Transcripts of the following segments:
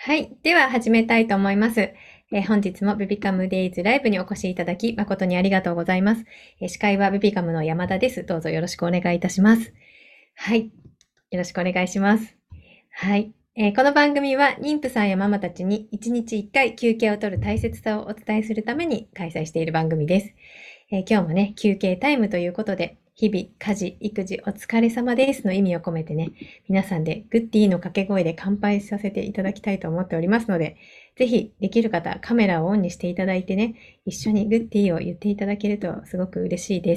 はい。では始めたいと思います。本日もベビカムデイズライブにお越しいただき誠にありがとうございます。司会はベビカムの山田です。どうぞよろしくお願いいたします。はい。よろしくお願いします。はい。この番組は妊婦さんやママたちに1日1回休憩を取る大切さをお伝えするために開催している番組です。今日もね、休憩タイムということで、日々、家事、育児、お疲れ様ですの意味を込めてね、皆さんでグッディの掛け声で乾杯させていただきたいと思っておりますので、ぜひ、できる方、カメラをオンにしていただいてね、一緒にグッディを言っていただけるとすごく嬉しいです。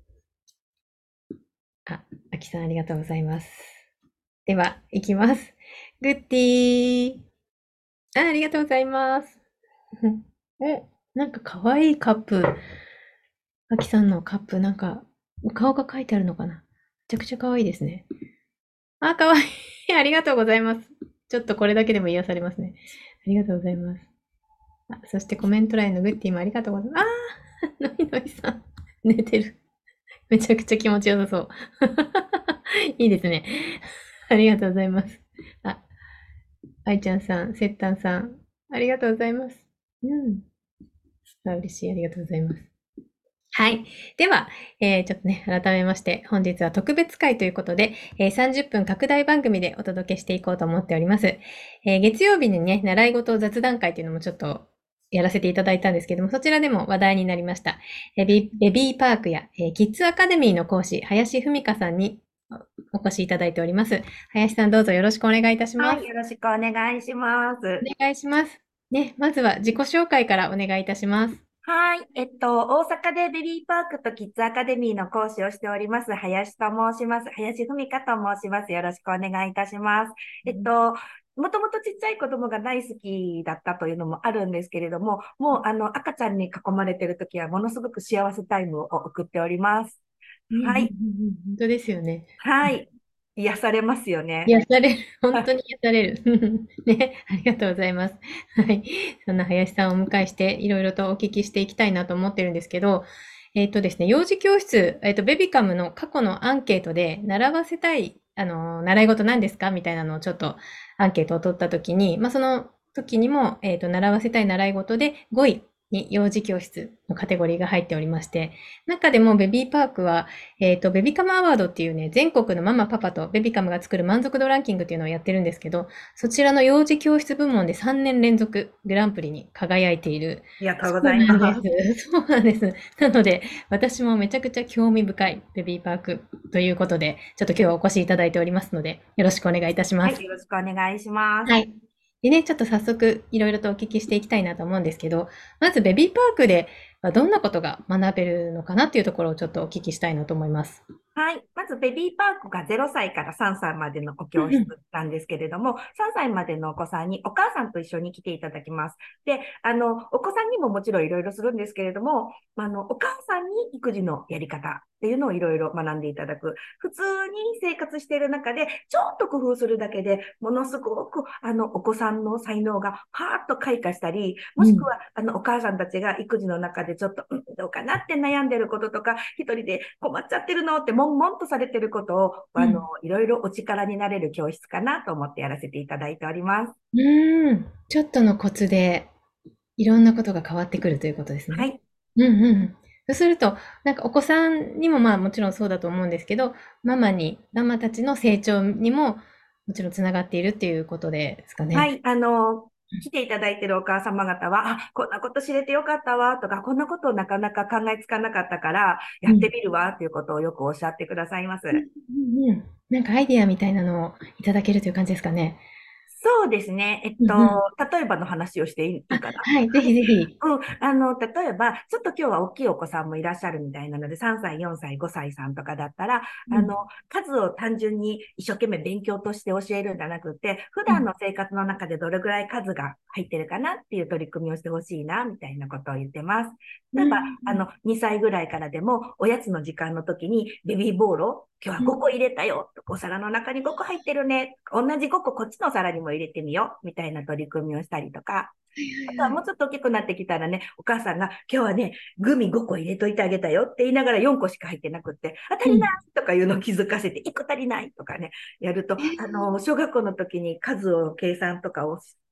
あ、あきさんありがとうございます。では、いきます。グッディありがとうございます。お、なんか可愛いカップ。あきさんのカップ、なんか、お顔が描いてあるのかな。めちゃくちゃ可愛いですね。あ、可愛い。ありがとうございます。ちょっとこれだけでも癒されますね。ありがとうございます。あ、そしてコメント欄のグッディもありがとうございます。ノイノイさん。寝てる。めちゃくちゃ気持ちよさそう。いいですね。ありがとうございます。あ、愛ちゃんさん、せったんさん、ありがとうございます。うん。嬉しい。ありがとうございます。はい。では、ちょっとね、改めまして、本日は特別会ということで、30分拡大番組でお届けしていこうと思っております。月曜日にね、習い事雑談会というのもちょっとやらせていただいたんですけども、そちらでも話題になりました。ベビーパークや、キッズアカデミーの講師、林文香さんにお越しいただいております。林さんどうぞよろしくお願いいたします。 はい、よろしくお願いします。 お願いします。ね、まずは自己紹介からお願いいたします。 はい、大阪でベビーパークとキッズアカデミーの講師をしております、林と申します。林文香と申します。よろしくお願いいたします。もともとちっちゃい子供が大好きだったというのもあるんですけれども、もう赤ちゃんに囲まれているときはものすごく幸せタイムを送っております。 うんうんうんうん、 はい、 本当ですよね。 はい、癒されますよね。 癒される。本当に癒される。ね、ありがとうございます。はい。そんな林さんをお迎えして、いろいろとお聞きしていきたいなと思ってるんですけど、ですね、幼児教室、ベビカムの過去のアンケートで、習わせたい、習い事何ですかみたいなのをちょっとアンケートを取ったときに、まあ、その時にも、習わせたい習い事で5位に幼児教室のカテゴリーが入っておりまして、中でもベビーパークは、ベビカムアワードっていうね、全国のママパパとベビカムが作る満足度ランキングっていうのをやってるんですけど、そちらの幼児教室部門で3年連続グランプリに輝いている。 ありがとうごそうざいなんでます。 す。そうなんです。なので、私もめちゃくちゃ興味深いベビーパークということで、ちょっと今日はお越しいただいておりますので、よろしくお願いいたしまはい、 す。 よろしくお願いします。 はい。でね、ちょっと早速いろいろとお聞きしていきたいなと思うんですけど、まずベビーパークではどんなことが学べるのかなっていうところをちょっとお聞きしたいなと思います。 はい。まず、ベビーパークが0歳から3歳までのお教室うんうん。 なんですけれども、3歳までのお子さんにお母さんと一緒に来ていただきます。で、お子さんにももちろんいろいろするんですけれども、お母さんに育児のやり方っていうのをいろいろ学んでいただく。普通に生活している中で、ちょっと工夫するだけでものすごく、お子さんの才能がパーッと開花したり、もしくは、お母さんたちが育児の中でちょっと、どうかなって悩んでることとか、一人で困っちゃってるのって、悶々とされてることを、 うん。 いろいろお力になれる教室かなと思ってやらせていただいております。 ちょっとのコツでいろんなことが変わってくるということですね。 はい。 うんうん。そうすると、なんかお子さんにもまあもちろんそうだと思うんですけど、ママたちの成長にももちろんつながっているっていうことですかね。 はい。来ていただいているお母様方は、こんなこと知れてよかったわ、とか、こんなことをなかなか考えつかなかったから、やってうん。 みるわ、ということをよくおっしゃってくださいます。 うんうんうん。なんかアイディアみたいなのをいただけるという感じですかね。 そうですね。 うんうん。 例えばの話をしていいかな。 はい、ぜひぜひ。 うん、例えば、ちょっと今日は大きいお子さんもいらっしゃるみたいなので、3歳、4歳、5歳さんとかだったら、 うん。 数を単純に一生懸命勉強として教えるんじゃなくて、普うん。 段の生活の中でどれぐらい数が入ってるかなっていう取り組みをしてほしいな、みたいなことを言ってます。例えば、 うん。 2歳ぐらいからでも、おやつの時間の時に、ベビーボールを、今日は5 うん。 個入れたよ。お皿の中に5個入ってるね。同じ5個こっちの皿にも入れてみよう。みたいな取り組みをしたりとか、あとはもうちょっと大きくなってきたらね、お母さんが、今日はね、グミ5個入れといてあげたよって言いながら4個しか入ってなくって、あ、足りないうん。 とかいうのを気づかせて、1個足りないとかね、やると、小学校の時に数を計算とかを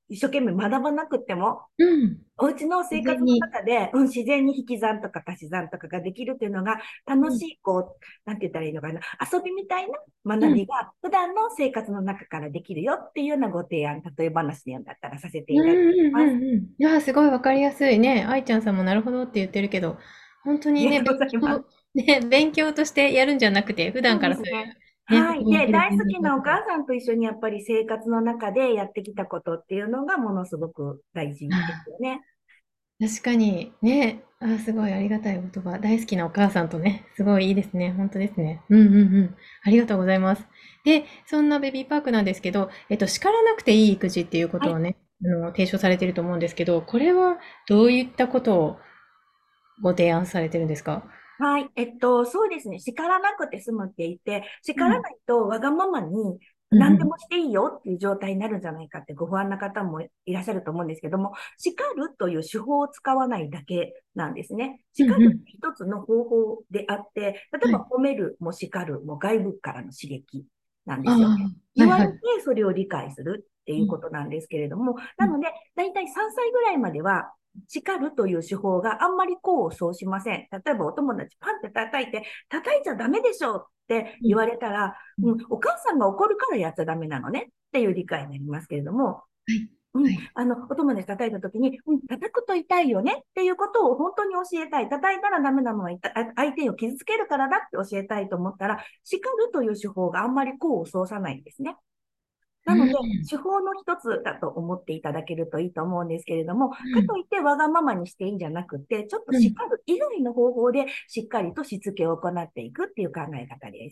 一生懸命学ばなくても、 うん。 お家の生活の自然に。 中で、自然に引き算とか足し算とかができるっていうのが、楽うん。 しい、なんて言ったらいいのかな、遊びみたいなうん。 学びが、普段の生活の中からできるよっていうようなご提案、例え話でだったらさせてうんいただきうんます。 うんうん。いや、すごいわかりやすいね。愛ちゃんさんもなるほどって言ってるけど、本当にね、 ありがとうございます。 勉強としてやるんじゃなくて、普段そうからそうですね。 いうね、 はい。で、 本気で大好きなお勉強する。 母さんと一緒にやっぱり生活の中でやってきたことっていうのがものすごく大事ですよね。 確かに、ね、すごいありがたい言葉。大好きなお母さんとね、すごいいいですね。本当ですね。うんうんうん。ありがとうございます。で、そんなベビーパークなんですけど、叱らなくていい育児っていうこはい。 とをね、提唱されていると思うんですけど、これはどういったことをご提案されてるんですか？ はい。そうですね。叱らなくて済むって言って、叱らうん。 ないとわがままにうんうん。 何でもしていいよっていう状態になるんじゃないかってご不安な方もいらっしゃると思うんですけども、叱るという手法を使わないだけなんですね。叱るうんうん。 一つの方法であって、例えはい。 ば褒めるも叱るも外部からの刺激なんですよね。 ああ、 言われてはいはい。 それを理解するっていううん。 ことなんですけれども、 うん。 なので、だいたい3歳ぐらいまでは叱るという手法があんまり功を奏しません。例えばお友達パンって叩いちゃダメでしょって言うん。 われたら、 うん。 お母さんが怒るからやっちゃダメなのねっていう理解になりますけれども、 はい。はい。 お友達叩いたときに、叩くと痛いよねっていうことを本当に教えたい。叩いたらダメなのは相手を傷つけるからだって教えたいと思ったら、叱るという手法があんまり功を奏さないんですね。 うなので、 ん。 手法の一つだと思っていただけるといいと思うんですけれども、かうん。 といってわがままにしていいんじゃなくて、ちょっとうん。 叱る以外の方法でしっかりとしつけを行っていくっていう考え方です。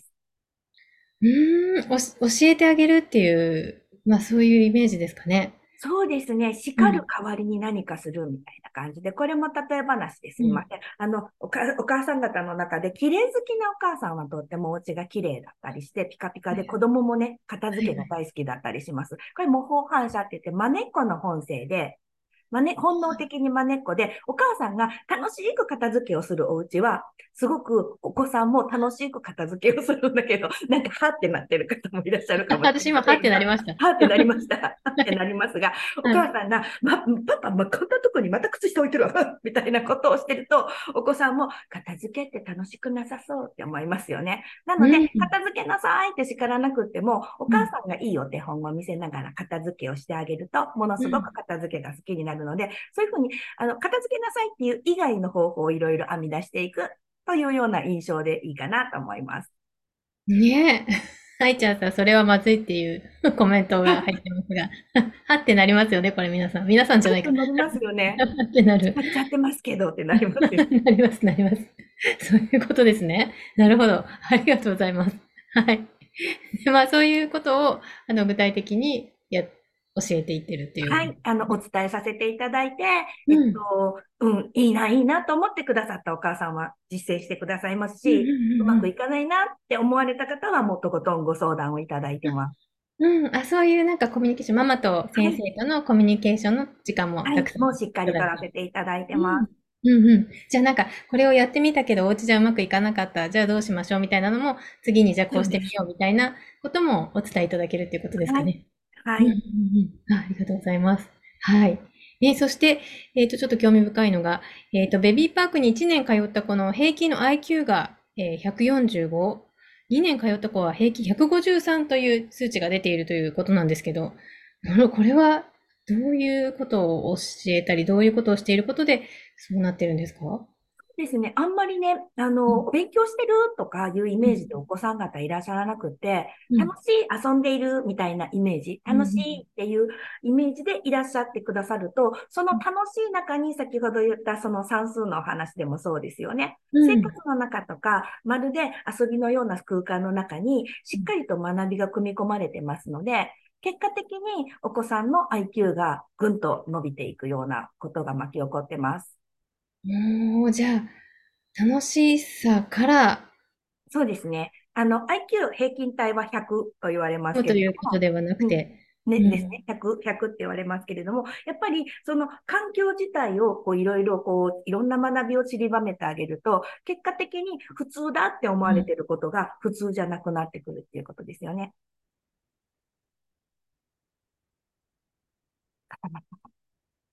教えてあげるっていう、そういうイメージですかね。 そうですね。 うん。 叱る代わりに何かするみたいな感じで、これも例え話ですうん。 みません。お母さん方の中で、綺麗好きなお母さんはとってもお家が綺麗だったりして、ピカピカで子供もね、片付けがはいはい。 大好きだったりします。これ模倣反射って言って、真似っこの本性で、本能的に真似っこで、お母さんが楽しく片付けをするお家は、すごくお子さんも楽しく片付けをするんだけど、なんか、はってなってる方もいらっしゃるかもしれ私今、はっませんが、 てなりました。 はってなりました。はってなりますが、おはい。 母さんが、パパ、こんなとこにまた靴下置いてるわ、みたいなことをしてると、お子さんも片付けって楽しくなさそうって思いますよね。なので、 うん。 片付けなさいって叱らなくっても、おうん。 母さんがいいお手本を見せながら片付けをしてあげると、ものすごうん。 く片付けが好きになるので、そういうふうに、片付けなさいっていう以外の方法をいろいろ編み出していくというような印象でいいかなと思います。 ねえ。愛ちゃんさん、それはまずいっていうコメントが入ってますが、はってなりますよね、これ皆さん。皆さんじゃないか。 ちょっと乗りますよね。 はってなる。 使っちゃってますけどってなりますよ。 なります、なります。そういうことですね。なるほど。ありがとうございます。はい。で、そういうことを、具体的に教えていってるっていう。 はい、お伝えさせていただいて、 うん。 いいな、いいなと思ってくださったお母さんは実践してくださいますうんうし、うまくいんかないなって思われた方はもっとことんご相談をいただいてます。 うんうん。うん、そういうなんかコミュニケーション、ママと先はい、 生とのコミュニケーションの時間もはい、 たくさんもうしっかり取らいただいて。 せていただいてうん。 ます。 うんうん。じゃあなんか、これをやってみたけど、お家じゃうまくいかなかった。じゃあどうしましょうみたいなのも、次にじゃあこうしてみそうです。 ようみたいなこともお伝えいただけるっていうことですはい、 かね。うんうんうはい、 ん。ありがとうございます。はい。そして、ちょっと興味深いのが、ベビーパークに1年通った子の平均の IQ が、145、2年通った子は平均153という数値が出ているということなんですけど、これはどういうことを教えたり、どういうことをしていることで、そうなってるんですか？ ですね。あんまりね、 うん、 勉強してるとかいうイうん、 メージでお子さん方いらっしゃらなくて、 うん、 楽しい、遊んでいるみたいなイメージ、 うん、う楽しいん、 っていうイメージでいらっしゃってくださると、その楽しい中に先ほど言ったその算数の話でもそうですよね。生うん、 活の中とか、まるで遊びのような空間の中にしっかりと学びが組み込まれてますので、結果的にお子さんの IQ がぐんと伸びていくようなことが巻き起こってます。 じゃあ、楽しさからそうですね。IQ 平均体は100と言われますけとれどいうことではなくも、 て、 ね、 うん、 ですね。100って言われますけれども、やっぱりその環境自体をいろいろいろんな学びを散りばめてあげると、結果的に普通だって思われうん。 ていることが普通じゃなくなってくるっていうことですよね。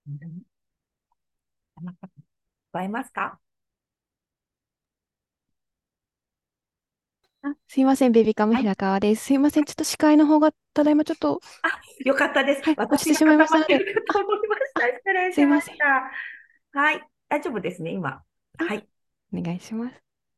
うん、聞こえますか？ あ、すいません、ベビーカムはい。 平川です。すいません、ちょっと視界の方が、ただいまちょっと、 あ、よかったです。 はい、落ち私がてしまいましたので、 固まってるかと思いました。失礼しますいません。 した。はい。大丈夫ですね、今。 あ、 はい。 お願いします。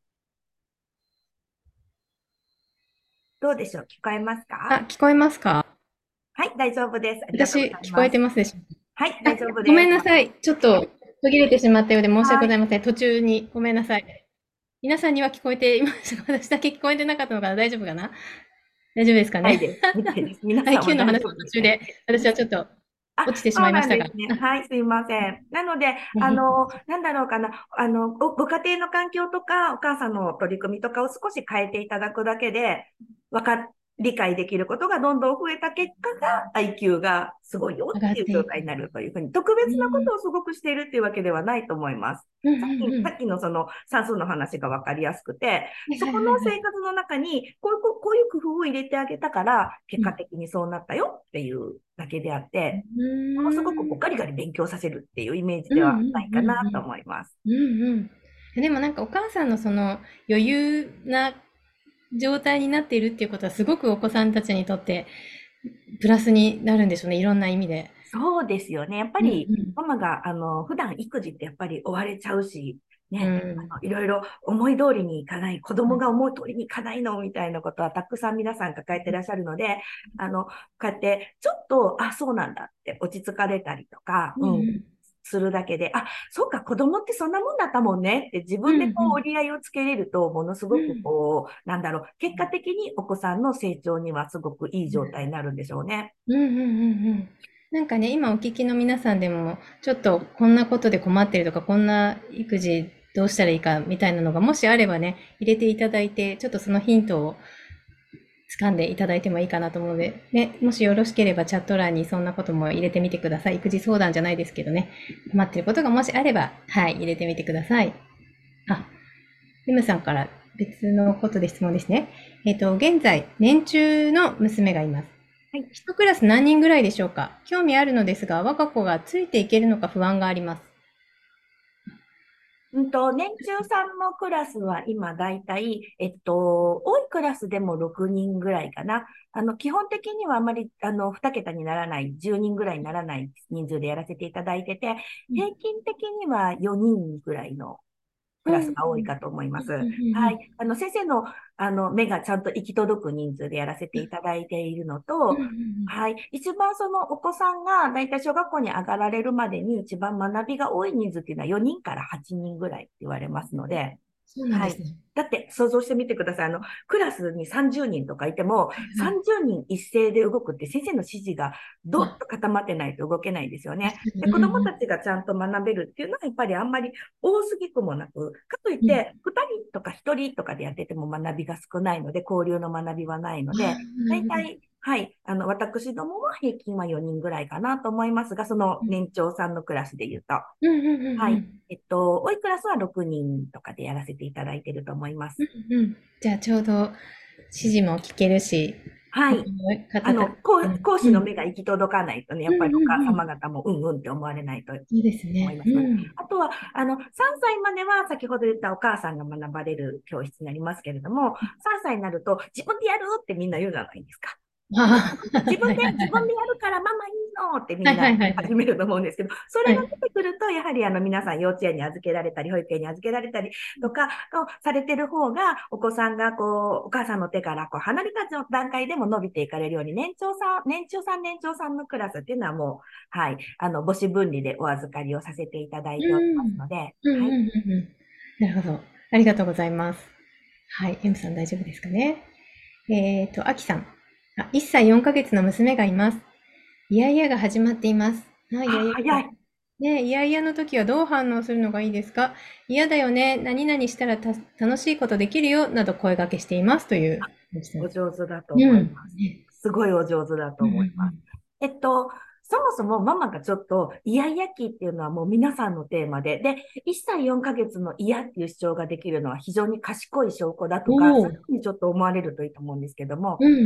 どうでしょう？聞こえますあ、 か？ 聞こえますか？ はい、大丈夫です。ありがとうご私、聞こえざいます。 てますでしょうはい、 か？あ、 大丈夫ごめです。 んなさい。ちょっと途切れてしまったようで申し訳はい。 ございません。途中にごめんなさい。皆さんには聞こえていましたが、私だけ聞こえてなかったのかな？大丈夫かな？大丈夫ですかね？ はいです。みたいです。皆さんは IQ の大話の丈夫ですね。 途中で、私はちょっとあ、 落ちてしそうまいましたが。 なんですね。はい、すいません。なので、なんだろうかな。ご家庭の環境とか、お母さんの取り組みとかを少し変えていただくだけで、理解できることがどんどん増えた結果が IQ がすごいよ上がっっていうていく。 状態になるというふうに、特別なこうん。 とをすごくしているっていうわけではないと思います。 うんうさっき、 んうん。 さっきのその算数の話がわかりやすくて、 はいはいそこのはいはい。 生活の中にこういう工夫を入れてあげたから、結果うん。 的にそうなったよっていうだけであって、 うものすごーん。 くこうガリガリ勉強させるっていうイメージうんうんではないかなとうん思います。 うん。うんうん。でもなんかお母さんのその余裕な状態になっているっていうことはすごくお子さんたちにとってプラスになるんでしょうね。いろんな意味で。 そうですよね。やっぱうんり、 うママが、普段育児ってやっぱり追われちゃうし、 ん。うね、 ん。 いろいろ思い通りにいかない、子供が思い通りにいかないの、みたいなことはたくさん皆さん抱えてらっしゃるので、こうやって、ちょっと、あ、そうなんだって落ち着かれたりとか、 うんうん。 するだけで、あ、そうか、子供ってそんなもんだったもんねって自うんう分でこうん。 折り合いをつけれると、ものすごくうん。 こう、なんだろう、結果的にお子さんの成長にはすごくいい状態になるんでしょうね。 うんうんうんうん。なんかね、今お聞きの皆さんでも、ちょっとこんなことで困ってるとか、こんな育児どうしたらいいかみたいなのがもしあればね、入れていただいて、ちょっとそのヒントを掴んでいただいてもいいかなと思うので、ね、もしよろしければチャット欄にそんなことも入れてみてください。育児相談じゃないですけどね、困ってることがもしあれば、はい、入れてみてください。あ、M さんから別のことで質問ですね。現在、年中の娘がいます。 はい。 一クラス何人ぐらいでしょうか？興味あるのですが、我が子がついていけるのか不安があります。 年中さんのクラスは今だいたい、多いクラスでも6人ぐらいかな。基本的にはあまり、2桁にならない、10人ぐらいにならない人数でやらせていただいてて、 うん。 平均的には4人ぐらいのクラスうん。 が多いかと思います。 うん。 はい。先生の、目がちゃんと行き届く人数でやらせていただいているのと、 うん。 はい。一番そのお子さんがだいたい小学校に上がられるまでに一番学びが多い人数っていうのは4人から8人ぐらいって言われますので、 そうなんはい。 ですね。 だって想像してみてください。クラスに30人とかいても、 はい。 30人一斉で動くって先生の指示がどっあ、 と固まってないと動けないですよね。で、 確かに。 子供うん。 たちがちゃんと学べるっていうのはやっぱりあんまり多すぎくもなく、かといっうん。 て2人とか1人とかでやってても学びが少ないので、交流の学びはないのあで、 あ、なるほど。 大体、はい、私どもは平均は4人ぐらいかなと思いますが、そのうん。 年長さんのクラスで言うと。 うんうんうんはい。 うん。 多いクラスは6人とかでやらせていただいていると思います。 うんうん。じゃあちょうど指示も聞けるし、他はい。 の方たち、 講師のうん。 目が行き届かないとね、やうんっぱりお母うんうん。 様方もうんうんって思われないとそうですね。 思いますので。 うん。 あとは、3歳までは先ほど言ったお母さんが学ばれる教室になりますけれども、3歳になると自分でやるってみんな言うじゃないですか。 ああ、 自分で、 はいはいはいはい。 自分でやるからママいいのってみはいはんないはいはい。 始めると思うんですけど、それがはい。 出てくると、やはり皆さん幼稚園に預けられたり、保育園に預けられたりとかをされてる方が、お子さんがこう、お母さんの手からこう離れた段階でも伸びていかれるように、年長さんのクラスっていうのはもう、はい、母子分離でお預かりをさせていただいうておりますん。 ので、 うんうんはい。 うんうん。なるほど。ありがとうございます。はい。M さん大丈夫ですかね。あきさん。1歳4ヶ月の娘がいます。イヤイヤが始まっています。イヤイあ、 ヤ期。 早い。 ねえ、イヤイヤの時はどう反応するのがいいですか？嫌だよね。何々したら楽しいことできるよ。など声掛けしていますという。 お上手だとうん。 思います。 ね。 すごいお上手だとうんうんう思います。 ん。 そもそもママがちょっとイヤイヤ期っていうのはもう皆さんのテーマで、で、1歳4ヶ月の嫌っていう主張ができるのは非常に賢い証拠だとか、 おお。 そういうふうにちょっと思われるといいと思うんですけども、 うん。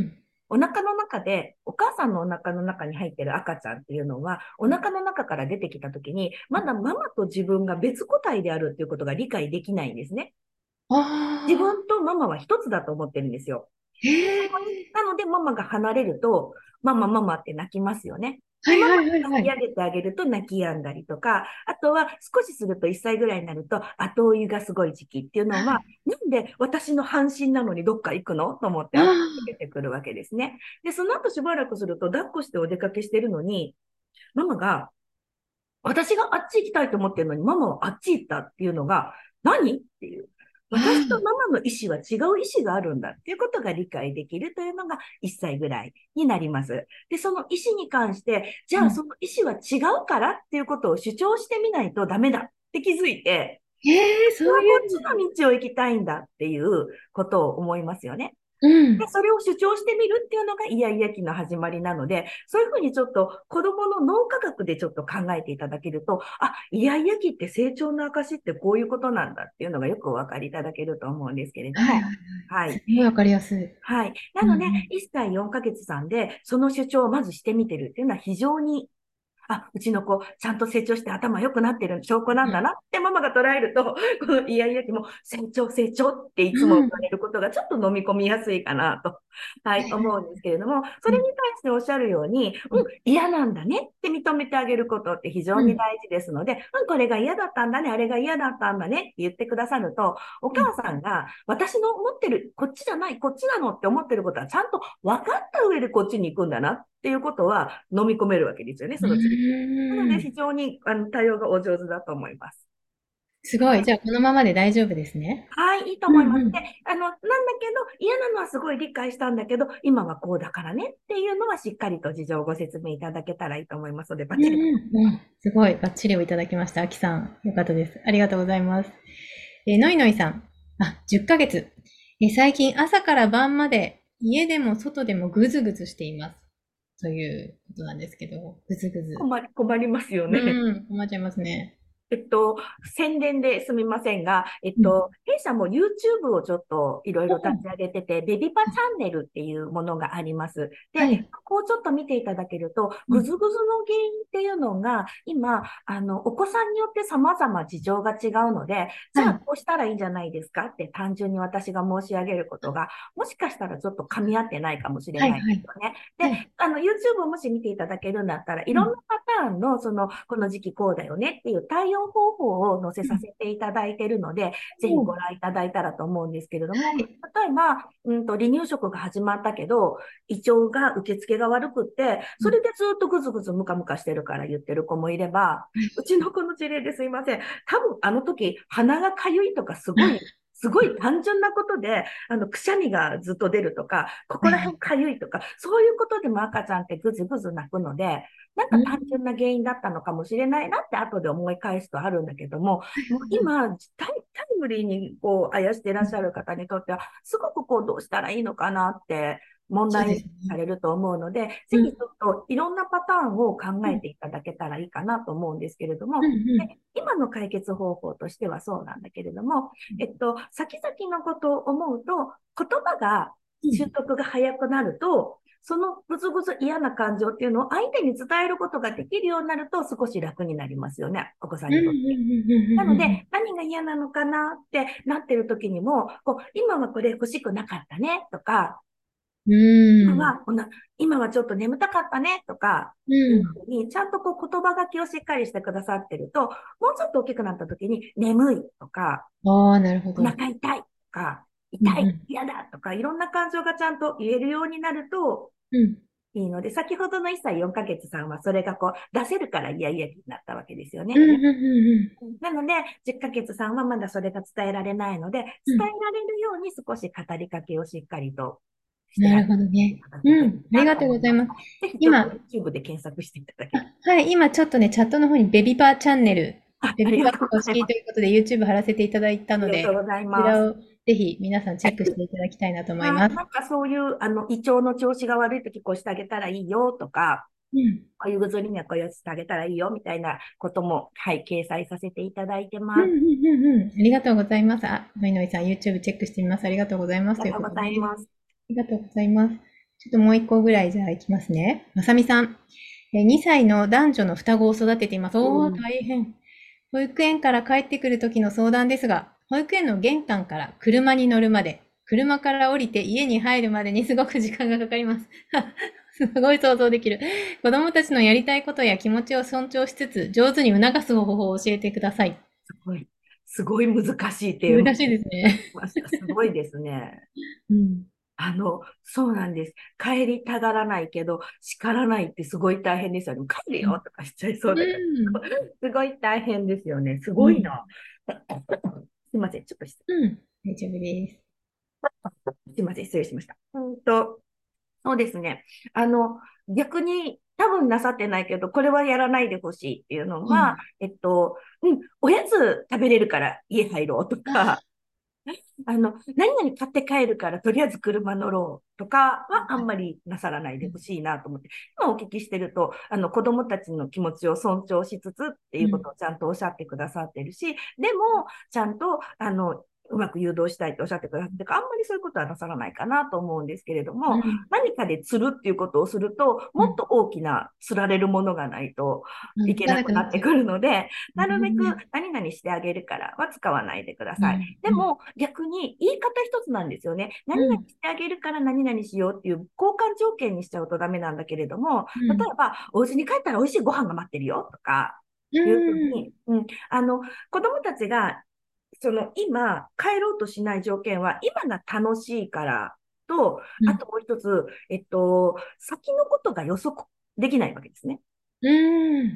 お腹の中で、お母さんのお腹の中に入ってる赤ちゃんっていうのは、お腹の中から出てきたときに、まだママと自分が別個体であるっていうことが理解できないんですね。自ああ、 分とママは一つだと思ってるんですよ。 へで、 え。 なので、ママが離れると、ママママって泣きますよね。で、 はいはいママがはいはい。 抱き上げてあげると泣き止んだりとか、あとは少しすると1歳ぐらいになると後追いがすごい時期っていうのは、なんで私の半身なのにどっか行くのと思ってあ後追いあ、 出てくるわけですね。で、その後しばらくすると抱っこしてお出かけしてるのに、ママが私があっち行きたいと思ってるのに、ママはあっち行ったっていうのが、何っていう。私とあママの意思は違う意思があるんだっていうことが理解できるというのが1歳ぐらいになります。で、その意思に関して、じゃあその意思は違うからっていうことを主張してみないとダメだって気づいて、 へえ、そうはこっちいうの。 の道を行きたいんだっていうことを思いますよね。で、 うん。 それを主張してみるっていうのがイヤイヤ期の始まりなので、そういうふうにちょっと子供の脳科学でちょっと考えていただけると、あ、イヤイヤ期って成長の証ってこういうことなんだっていうのがよくお分かりいただけると思うんですけれども、 はいはいはい。 はい。 すごいわかりやすい。 はい。なので、 うんうん。 1歳4ヶ月さんで、その主張をまずしてみてるっていうのは非常にあ、うちの子、ちゃんと成長して頭良くなってる証拠なんだなってママが捉えると、このイヤイヤ期も成長、成長っていつも言うん。 われることがちょっと飲み込みやすいかなと、はい、思うんですけれども、それにうん。 対しておっしゃるように、嫌なんだねって認めてあげることって非常うん。 に大事ですので、これが嫌だったんだね、あれが嫌だったんだねって言ってくださると、お母さんが私の思ってる、こっちじゃない、こっちなのって思ってることはちゃんと分かった上でこっちに行くんだなっていうことは飲み込めるわけですよね、 うその次。なので、 ーん。 非常に対応がお上手だと思います。 すごい。じゃあ、このままで大丈夫ですね。 はい、いいとう思います。で、 んうん。 なんだけど、嫌なのはすごい理解したんだけど、今はこうだからねっていうのはしっかりと事情をご説明いただけたらいいと思いますので、バッうんチリ。 うんうん。すごい。バッチリをいただきました。あきさん。よかったです。ありがとうございます。のいのいさん。10ヶ月。最近朝から晩まで家でも外でもぐずぐずしています。ということなんですけど、ぐずぐず。 困りますよね。 うん、困っちゃいますね。 えっと、宣伝ですみませんが、 うん。 弊社も YouTube をちょっといろいろ立おち上げてて、ベビパチャンネルっていうものがあります。で、 はい。 こうちょっと見ていただけると、 うん。 ぐずぐずの原因っていうのが、今、お子さんによって様々事情が違うので、じはい。 ゃあこうしたらいいんじゃないですかって単純に私が申し上げることが、もしかしたらちょっと噛み合ってないかもしれないではいはい。 すよね。で、 はい。 YouTube をもし見ていただけるんだったら、いうん。 ろんなパターンの、この時期こうだよねっていう対応方法を載せさせていただいているので、ぜひうん。 ご覧いただいたらと思うんですけれども、 はい。 例えば、離乳食が始まったけど、胃腸が受付が悪くって、 うん。 それでずっとぐずぐずムカムカしてるから言ってる子もいれば、うちの子の事例ですいません。多分あの時、鼻がかゆいとかすごい単純なことで、くしゃみがずっと出るとか、ここら辺かゆいとか、そういうことでも赤ちゃんってぐずぐず泣くので、なんうん。 か単純な原因だったのかもしれないなって後で思い返すとあるんだけども、もう今、タイムリーにこう、あやしていらっしゃる方にとっては、すごくこう、どうしたらいいのかなって問そうで題すね。 されると思うので、ぜうん。 ひちょっといろんなパターンを考うん。 えていただけたらいいかなと思うんですけれども、 うんうん。 で今の解決方法としてはそうなんだけれども、先々のことを思うと、言葉がうん。 習得が早くなると、そのぐずぐず嫌な感情っていうのを相手に伝えることができるようになると少し楽になりますよね、お子さんうんうんにとって。 うんうんなので、 うんうん。 何が嫌なのかなってなってる時にも、こう、今はこれ欲しくなかったねとか、 うーん。 今は今はちょっと眠たかったねとか、 ういうん。 ふうに、ちゃんとこう言葉書きをしっかりしてくださってると、もうちょっと大きくなった時に、眠いとか、 ああ、なるほおど。 腹痛いとか、痛い、 うんうん。 嫌だとか、いろんな感情がちゃんと言えるようになるとうん。 いいので、先ほどの1歳4ヶ月さんはそれがこう出せるからイヤイヤ期になったわけですよね。 うんうんうんなので、10ヶ月さんはまだそれが伝えられないので、伝うん。うん。 えられるように少し語りかけをしっかりとしてあげてなるほどね。 いただけたらいいうん。ありながと思います。 とうございます。 ぜひちょっと今、 YouTube で検索していただける。 はい、今ちょっとね、チャットの方にベビパチャンネル、ベビパありがとうご公式ざいます。 ということで YouTube 貼らせていただいたありので、こがとうございます。 ちらをぜひ皆さんチェックしていただきたいなと思いはい、 ます。 なんかそういう、胃腸の調子が悪いときこうしてあげたらいいよとか、 うん。 こういうぐずりにはこうしてあげたらいいよみたいなことも、はい、掲載させていただいてます。 うんうんうんうん。ありがとうございます。ノイノイさん YouTube チェックしてみます。ありがとうございます。というありがとうごことでね。 ざいます。 ありがとうございます。 ちょっともう一個ぐらいじゃあいきますね。まさみさん。2歳の男女の双子を育てています。おー、 うん。 大変。保育園から帰ってくる時の相談ですが、保育園の玄関から車に乗るまで、車から降りて家に入るまでにすごく時間がかかります。すごい想像できる。子供たちのやりたいことや気持ちを尊重しつつ、上手に促す方法を教えてください。 すごい、すごい難しいテーマ難しいですね。 ました。すごいですね。 うん。 そうなんです。帰りたがらないけど、叱らないってすごい大変ですよね。帰るうん。 よとかしちゃいそううだから。 ん。 すごい大変ですよね。すうん。 ごいな。すいません。ちょっとうん。大丈夫です。 すいません。失礼しました。そうですね。あの、逆に多分なさってないけど、これはやらないでほしいっていうのは、 うん。 おやつ食べれるから家入ろうとか、 あ何々買って帰るから、とりあえず車乗ろうとかはあんまりなさらないでほしいなと思って、今お聞きしてると、子供たちの気持ちを尊重しつつっていうこうん。 とをちゃんとおっしゃってくださってるし、でも、ちゃんと、うまく誘導したいっておっしゃってくださってるから、あんまりそういうことはなさらないかなと思うんですけれども、 うん。 何かで釣るっていうことをすると、 うん。 もっと大きな釣られるものがないとうん。つかいけななくなっちゃう。 くなってくるので、なるべくね。 何々してあげるからは使わないでください。 うん。うん。 でも逆に言い方一つなんですよね。何々 うん。 してあげるから何々しようっていう交換条件にしちゃうとダメなんだけれども、例うん。 えば、お家に帰ったら美味しいご飯が待ってるよとか、 ういうふうん。 に、子供たちが、今、帰ろうとしない条件は、今が楽しいからと、 うん。 あともう一つ、先のことが予測できないわけですね。 うん。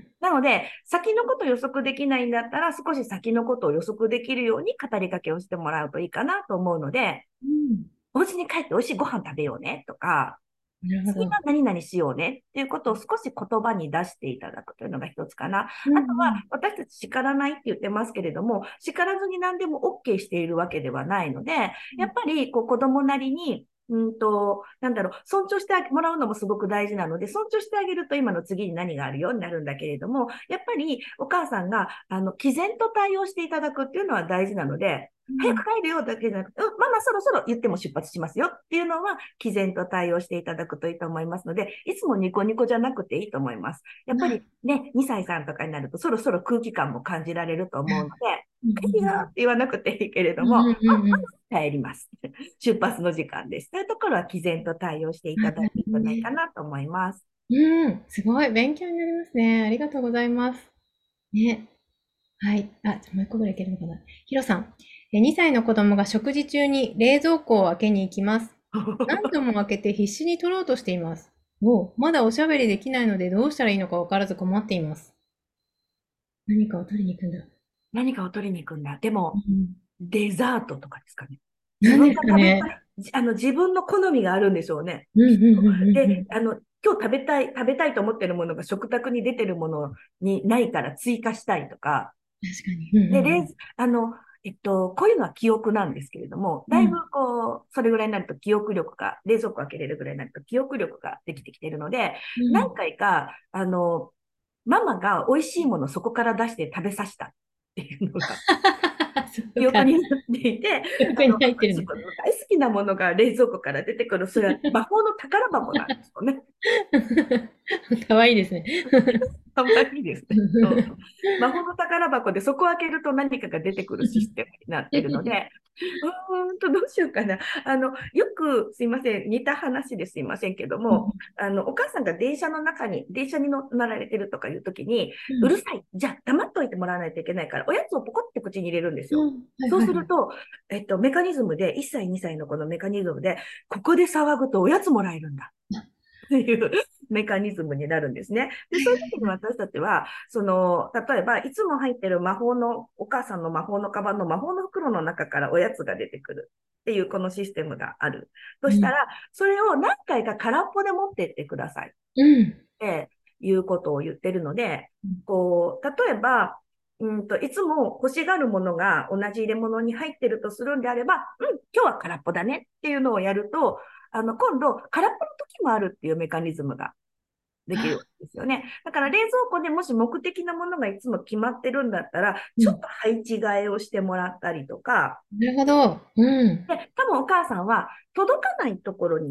なので、先のこと予測できないんだったら、少し先のことを予測できるように語りかけをしてもらうといいかなと思うので、 うん。 お家に帰って美味しいご飯食べようねとか、 なるほど。 次は何々しようねっていうことを少し言葉に出していただくというのが一つかな。あうん。うとは、 ん。 私たち叱らないって言ってますけれども、叱らずに何でも OK しているわけではないので、やっぱり子供なりに、なんだろう、尊重してもらうのもすごく大事なので、尊重してあげると今の次に何があるようになるんだけれども、やっぱりお母さんが、毅然と対応していただくっていうのは大事なので、早く帰るよだけじゃなくて、ママそろそろ言っても出発しますよっていうのは、毅然と対応していただくといいと思いますので、いつもニコニコじゃなくていいと思います。やっぱりね、2歳さんとかになると、そろそろ空気感も感じられると思うので、 うん。 帰るよって言わなくていいけれども、 うん。うん。うん。 帰ります。出発の時間です。というところは毅然と対応していあ、 ただいなるていいんじゃないかほどね。 なと思います。 うん。すごい。勉強になりますね。ありがとうございます。ね。はい。あ、じゃあもう一個ぐらいいけるのかな。ヒロさん。2歳の子供が食事中に冷蔵庫を開けに行きます。何度も開けて必死に取ろうとしています。まだおしゃべりできないのでどうしたらいいのかわからず困っています。何かを取りに行くんだ。 何かを取りに行くんだ。でも、 うん。 デザートとかですかね。自何で分が食べたすかね。 い、自分の好みがあるんでしょうね。 うん。うん。 きっと。 うん。うで、 ん。 今日食べたいと思ってるものが食卓に出てるものにないから追加したいとか、 確かに。うん。 で、 うん。 こういうのは記憶なんですけれども、だいぶうん。 それぐらいになると記憶力が、冷蔵庫開けれるぐらいになると記憶力ができてきているので、何うん。 回か、ママが美味しいものをそこから出して食べさせたっていうのが記憶そうか。 になっていて、 横に入ってるの。 自分の大好きなものが冷蔵庫から出てくる、それは魔法の宝箱なんですよね。 かわいいですね。 かわいいですね。そうそう。魔法の宝箱でそこを開けると何かが出てくるシステムになっているので、どうしようかな。よく、すいません、似た話ですいませんけども、お母さんが電車に乗られてるとかいうときに、 うん。 うるさい。じゃあ黙っといてもらわないといけないから、おやつをポコって口に入れるんですよ。 うん。はいそうはいはい。 すると、メカニズムで、1歳、2歳のこのメカニズムで、ここで騒ぐとおやつもらえるんだ。っていうメカニズムになるんですね。で、そういう時に私たちは、例えば、いつも入ってるお母さんの魔法のカバンの魔法の袋の中からおやつが出てくるっていうこのシステムがある。とうん。 したら、それを何回か空っぽで持ってってください。っうん。 ていうことを言ってるので、 うん。 例えば、いつも欲しがるものが同じ入れ物に入ってるとするんであれば、今日は空っぽだねっていうのをやると、今度、空っぽの時もあるっていうメカニズムができるわけですよね。だから冷蔵庫でもし目的なものがいつも決まってるんだったら、 うん。 ちょっと配置換えをしてもらったりとか、 なるほど。うん。 で、多分お母さんは届かないところに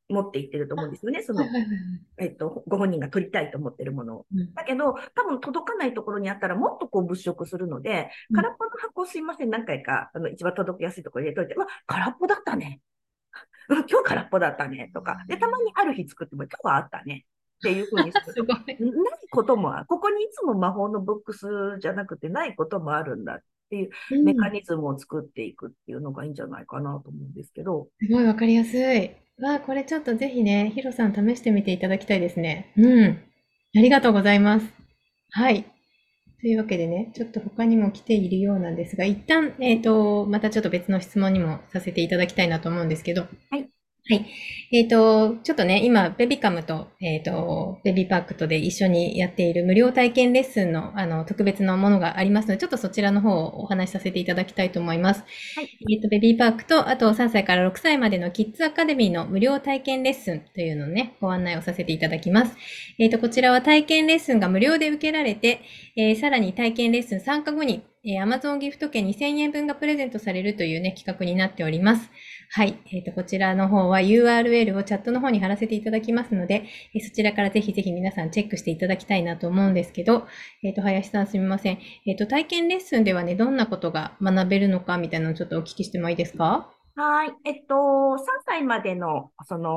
持っていってると思うんですよね。 はいはいはいはい。 ご本人が取りたいと思ってるものを。 うん。 だけど、多分届かないところにあったらもっとこう物色するので、 うん。 空っぽの箱すいません、何回か、一番届きやすいところに入れといて、空っぽだったね。今日空っぽだったね。とか。で、たまにある日作っても、今日はあったね。っていうふうにすると、 すごい。 ないこともある。ここにいつも魔法のボックスじゃなくてないこともあるんだっていううん。 メカニズムを作っていくっていうのがいいんじゃないかなと思うんですけど。 すごいわかりやすい。わあ、これちょっとぜひね、ヒロさん試してみていただきたいですね。うん。ありがとうございます。はい。というわけでね、ちょっと他にも来ているようなんですが、一旦、またちょっと別の質問にもさせていただきたいなと思うんですけど、 はい。 はい。ちょっとね、今、ベビカムと、ベビーパークとで一緒にやっている無料体験レッスンの、特別なものがありますので、ちょっとそちらの方をお話しさせていただきたいと思います。 はい。 ベビーパークと、あと3歳から6歳までのキッズアカデミーの無料体験レッスンというのをね、ご案内をさせていただきます。こちらは体験レッスンが無料で受けられて、さらに体験レッスン参加後に、Amazon ギフト券2000円分がプレゼントされるというね、企画になっております。はい。こちらの方は URL をチャットの方に貼らせていただきますので、そちらからぜひぜひ皆さんチェックしていただきたいなと思うんですけど、林さんすみません。体験レッスンではね、どんなことが学べるのかみたいなのをちょっとお聞きしてもいいですか？ はい。3歳までの、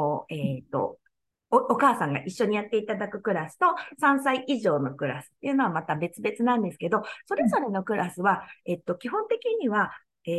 お母さんが一緒にやっていただくクラスと、3歳以上のクラスっていうのはまた別々なんですけど、それぞれのクラスは、基本的には、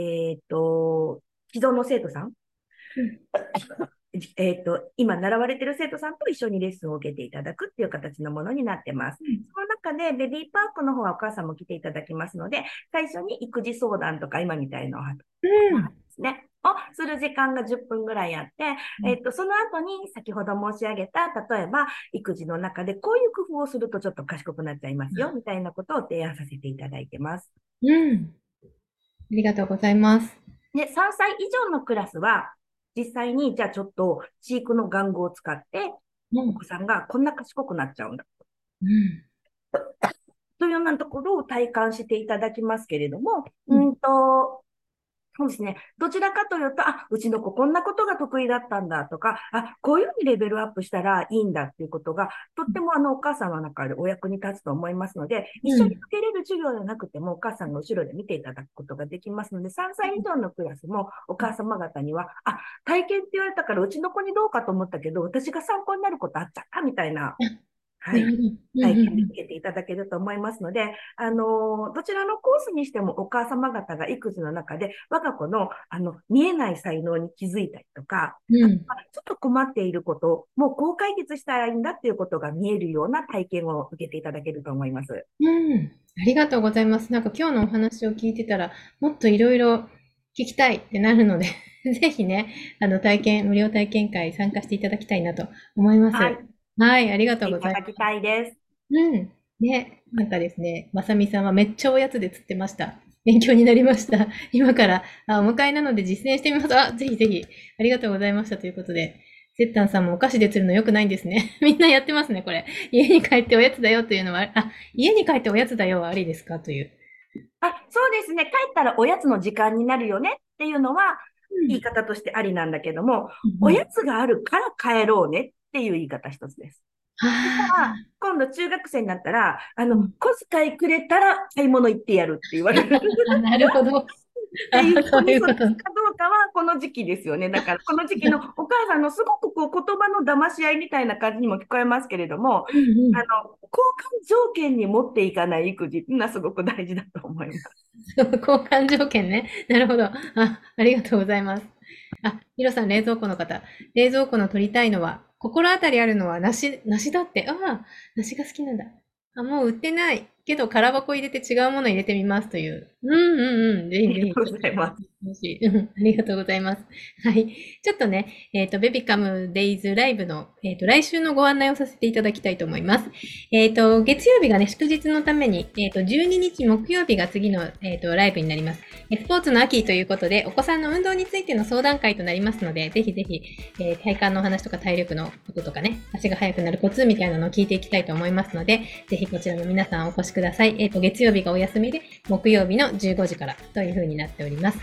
既存の生徒さん、 うん。 今習われている生徒さんと一緒にレッスンを受けていただくっていう形のものになってます。 うん。 その中でベビーパークの方はお母さんも来ていただきますので、最初に育児相談とか今みたいなお話ですね。をする時間が10分ぐらいあって、その後に先ほど申し上げた、例えば育児の中でこういう工夫をするとちょっと賢くなっちゃいますよ、みたいなことを提案させていただいてます。 うん。ありがとうございます。 で、3歳以上のクラスは、実際に、じゃあちょっと、飼育の玩具を使って、 うん。 お子さんがこんな賢くなっちゃうんだ。 うん。 というようなところを体感していただきますけれども、 うん。 そうですね。どちらかというと、うちの子こんなことが得意だったんだとか、こういうふうにレベルアップしたらいいんだっていうことが、とってもお母さんの中でお役に立つと思いますので、一緒に受うん。 けれる授業でなくても、お母さんの後ろで見ていただくことができますので、3歳以上のクラスもお母様方には、体験って言われたからうちの子にどうかと思ったけど、私が参考になることあっちゃったみたいな、はい。 なるほど。うん体験でうん受けていただけると思いますので、どちらのコースにしてもお母様方が育児の中で我が子の、見えない才能に気づいたりとか、 うん。うん。 ちょっと困っていること、もうこう解決したらいいんだっていうことが見えるような体験を受けていただけると思います。 うん。ありがとうございます。なんか今日のお話を聞いてたら、もっといろいろ聞きたいってなるのでぜひね、無料体験会参加していただきたいなと思います。 はい。 はい、ありがとういございます。 ただきたいです。 うん。ね、なんかですね、まさみさんはめっちゃおやつで釣ってました。勉強になりました。今から、お迎えなので実践してみます。ぜひぜひ、ありがとうございましたということで、セッタンさんもお菓子で釣るの良くないんですね。みんなやってますね、これ。家に帰っておやつだよというのは、家に帰っておやつだよはありですかという。 そうですね。帰ったらおやつの時間になるよねっていうのはうん。 言い方としてありなんだけども、おやうんうん。 つがあるから帰ろうねっていう言い方一つです。そしたら、 あ今度中学生になったら、 うん。 小遣いくれたら買い物行ってやるって言われる。 なるほど。 っていう子そういうこと。 に育つかどうかはこの時期ですよね。だからこの時期のお母さんのすごくこう言葉の騙し合いみたいな感じにも聞こえますけれども、 うんうん。 交換条件に持っていかない育児っていうのはすごく大事だと思います。 そう、交換条件ね。なるほど。ありがとうございます。ヒロさん、冷蔵庫の方。冷蔵庫の取りたいのは、心当たりあるのは梨だって。梨が好きなんだ。もう売ってない。けど、空箱入れて違うもの入れてみますという。うんうんうん。ぜひぜひ、 ありがとうちょっとございます。 楽しい。ありがとうございます。はい。ちょっとね、ベビカムデイズライブの、来週のご案内をさせていただきたいと思います。月曜日がね、祝日のために、12日木曜日が次の、ライブになります。スポーツの秋ということで、お子さんの運動についての相談会となりますので、ぜひぜひ、体幹の話とか体力のこととかね、足が速くなるコツみたいなのを聞いていきたいと思いますので、ぜひこちらの皆さんお越しください。月曜日がお休みで、木曜日の15時からという風になっております。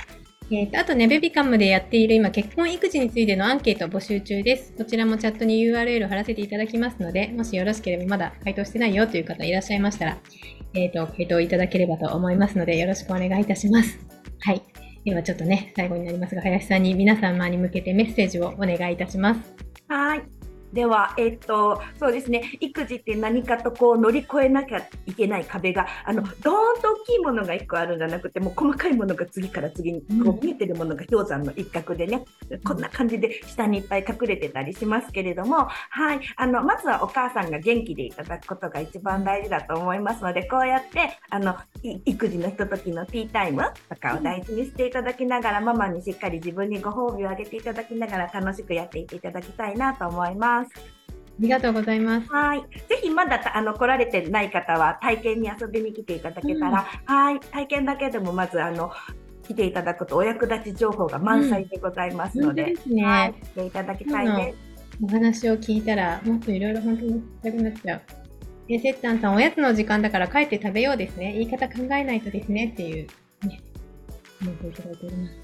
あとね、ベビカムでやっている今、結婚育児についてのアンケートを募集中です。こちらもチャットに URL 貼らせていただきますので、もしよろしければまだ回答してないよという方いらっしゃいましたら、回答いただければと思いますので、よろしくお願いいたします。はい。ではちょっとね、最後になりますが、林さんに皆様に向けてメッセージをお願いいたします。 はい。では、そうですね、育児って何かとこう乗り越えなきゃいけない壁が、ドーンと大きいものが1個あるんじゃなくて、もう細かいものが次から次にこう見えてるものが氷山の一角でね、こんな感じで下にいっぱい隠れてたりしますけれども、はい、まずはお母さんが元気でいただくことが一番大事だと思いますので、こうやって、育児のひとときのティータイムとかを大事にしていただきながら、ママにしっかり自分にご褒美をあげていただきながら楽しくやっていっていただきたいなと思います。ありがとうございます。 はい。ぜひまだ来られてない方は体験に遊びに来ていただけたら、はい。体験だけでもまず来ていただくとお役立ち情報が満載でございますので、 ですね。 はい。来ていただきたいです。 お話を聞いたら、もっといろいろ本当に聞きたくなっちゃう。せっちゃんさん、おやつの時間だから帰って食べようですね。言い方考えないとですねっていう、ね、コメントいただいております。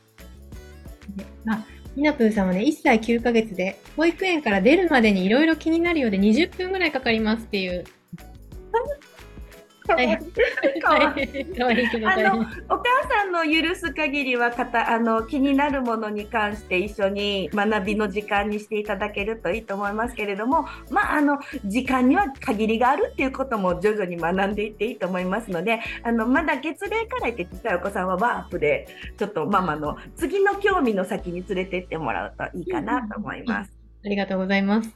みなぷーさんはね、1歳9ヶ月で、保育園から出るまでにいろいろ気になるようで20分ぐらいかかりますっていう。 かわいいかわいいけどお母さんの許す限りは気になるものに関して一緒に学びの時間にしていただけるといいと思いますけれども、時間には限りがあるっていうことも徐々に学んでいっていいと思いますので、まだ月齢から言って小さいお子さんはワープでちょっとママの次の興味の先に連れてってもらうといいかなと思います。 ありがとうございます。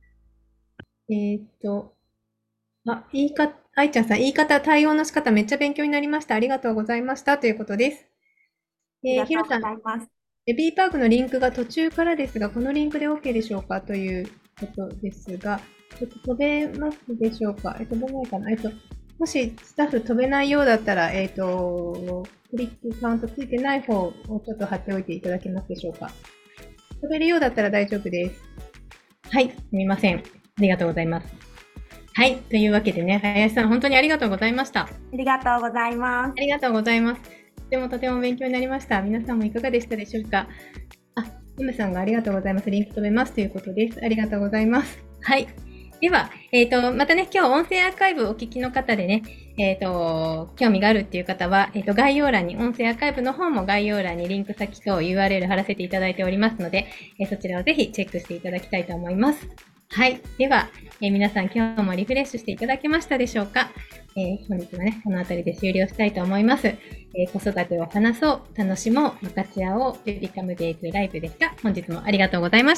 愛ちゃんさん、言い方、対応の仕方めっちゃ勉強になりました。ありがとうございました。ということです。 ひろさん、 ベビーパークのリンクが途中からですが、このリンクで OK でしょうかということですが、ちょっと飛べますでしょうか飛べないかなもしスタッフ飛べないようだったら、クリックカウントついてない方をちょっと貼っておいていただけますでしょうか。飛べるようだったら大丈夫です。はい、すみません。ありがとうございます。はい。というわけでね、林さん、本当にありがとうございました。 ありがとうございます。 ありがとうございます。とても勉強になりました。皆さんもいかがでしたでしょうか。M さんがありがとうございます。リンク飛べますということです。ありがとうございます。はい。では、またね、今日音声アーカイブお聞きの方でね、興味があるっていう方は、概要欄に、音声アーカイブの方も概要欄にリンク先と URL 貼らせていただいておりますので、そちらをぜひチェックしていただきたいと思います。はい。では、皆さん今日もリフレッシュしていただけましたでしょうか。本日はね、この辺りで終了したいと思います。子育てを話そう、楽しもう、分かち合おう、ベビカムデイズライブでした。本日もありがとうございました。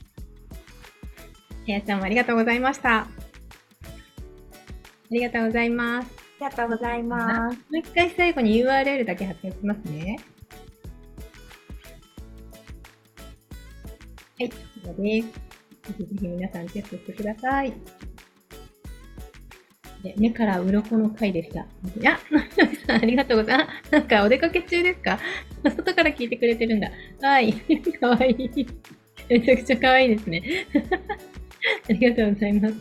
林さんもありがとうございました。ありがとうございます。 ありがとうございます。 もう一回最後に URL だけ発表しますね。はい、こちらです。ぜひ皆さんチェックしてください。目から鱗の回でした。ありがとうございます。なんかお出かけ中ですか？外から聞いてくれてるんだ。はい。かわいい。めちゃくちゃかわいいですね。ありがとうございます。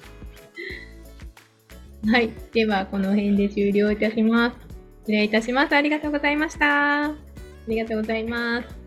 はい。では、この辺で終了いたします。失礼いたします。ありがとうございました。ありがとうございます。